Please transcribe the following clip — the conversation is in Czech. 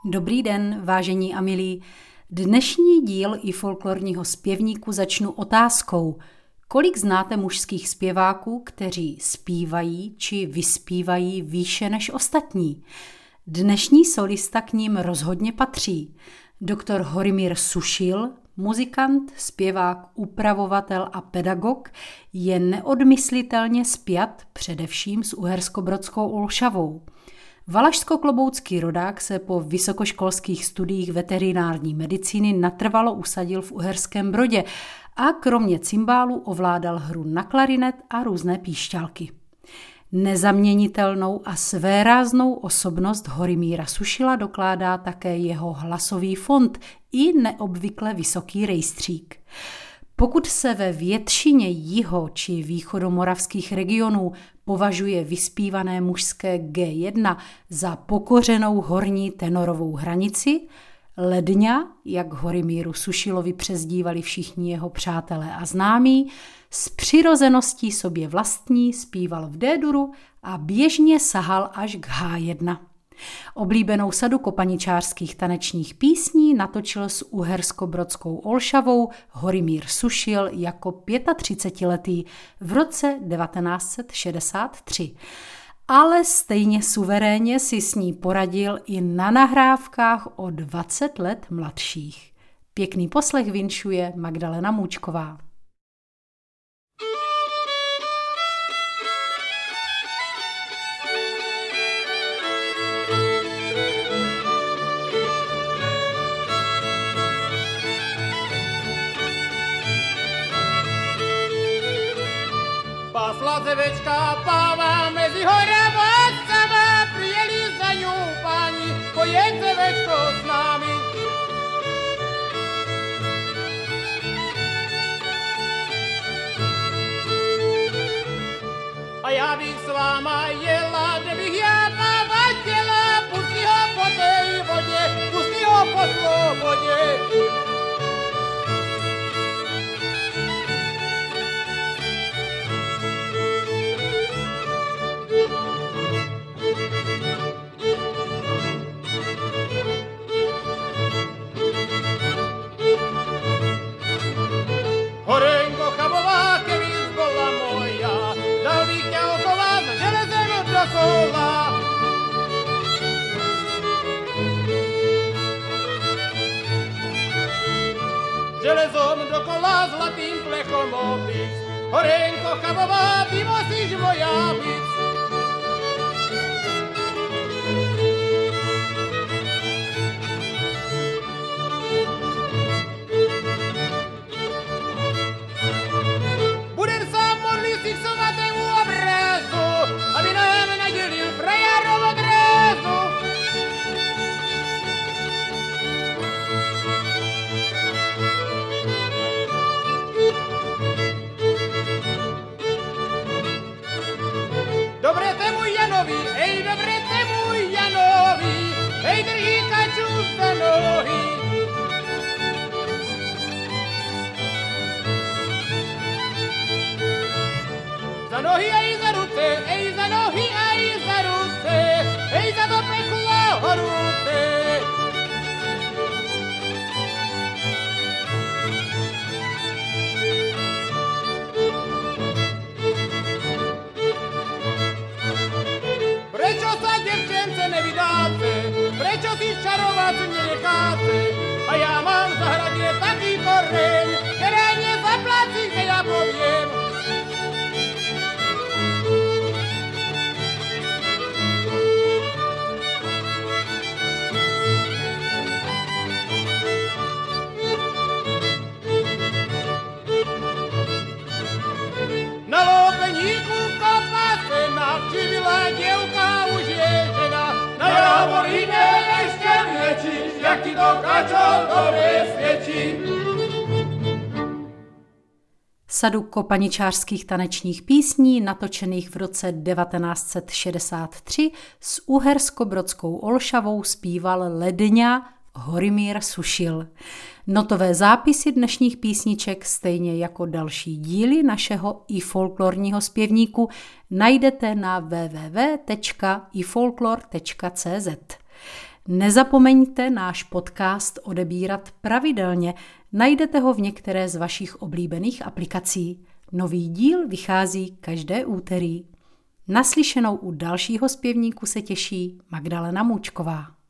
Dobrý den, vážení a milí. Dnešní díl i folklorního zpěvníku začnu otázkou. Kolik znáte mužských zpěváků, kteří zpívají či vyspívají výše než ostatní? Dnešní solista k ním rozhodně patří. Doktor Horimír Sušil, muzikant, zpěvák, upravovatel a pedagog, je neodmyslitelně spjat především s uherskobrodskou Olšavou. Valašsko-kloboudský rodák se po vysokoškolských studiích veterinární medicíny natrvalo usadil v Uherském Brodě a kromě cimbálu ovládal hru na klarinet a různé píšťalky. Nezaměnitelnou a svéráznou osobnost Horimíra Sušila dokládá také jeho hlasový fond i neobvykle vysoký rejstřík. Pokud se ve většině jiho- či východomoravských regionů považuje vyspívané mužské G1 za pokořenou horní tenorovou hranici, ledňa, jak Horimíru Sušilovi přezdívali všichni jeho přátelé a známí, s přirozeností sobě vlastní zpíval v D-duru a běžně sahal až k H1. Oblíbenou sadu kopaničářských tanečních písní natočil s uherskobrodskou Olšavou Horimír Sušil jako 35letý v roce 1963. Ale stejně suverénně si s ní poradil i na nahrávkách o 20 let mladších. Pěkný poslech vinšuje Magdalena Můčková. Pasla dzevečka páva mezi horama sama, přijeli za ňou páni, pojď dzevečko s námi. A já bych s váma jela, kde bych já páva chtěla, pustí ho po té vodě, pustí ho po svobodě. Horenko chabová, kebys byla moja, dal bych tě okovat železem dokola. Železom dokola zlatým plechom opic, Horenko chabová, ty musíš moja být. Dobré te můj Janovi, dobré te můj Janovi, drží kaču za nohy. Za nohy a i za ruce, za nohy a i za ruce, za to peklo horuce. Prečo sa, devčence, nevydáte? Prečo si čarovať nenecháte? A ja mám v zahradě taký koreň, ktoré nezapláci, kde ja poviem. Na lopeníku kopa se navčivila dievka, už je žena. Na Javorine ešte větší, jak ti to kačo dobre svědčí. Sadu kopaničářských tanečních písní natočených v roce 1963 s uherskobrodskou Olšavou zpíval ledňa Horimír Sušil. Notové zápisy dnešních písniček, stejně jako další díly našeho i folklorního zpěvníku, najdete na www.ifolklor.cz. Nezapomeňte náš podcast odebírat pravidelně, najdete ho v některé z vašich oblíbených aplikací. Nový díl vychází každé úterý. Naslyšenou u dalšího zpěvníku se těší Magdalena Můčková.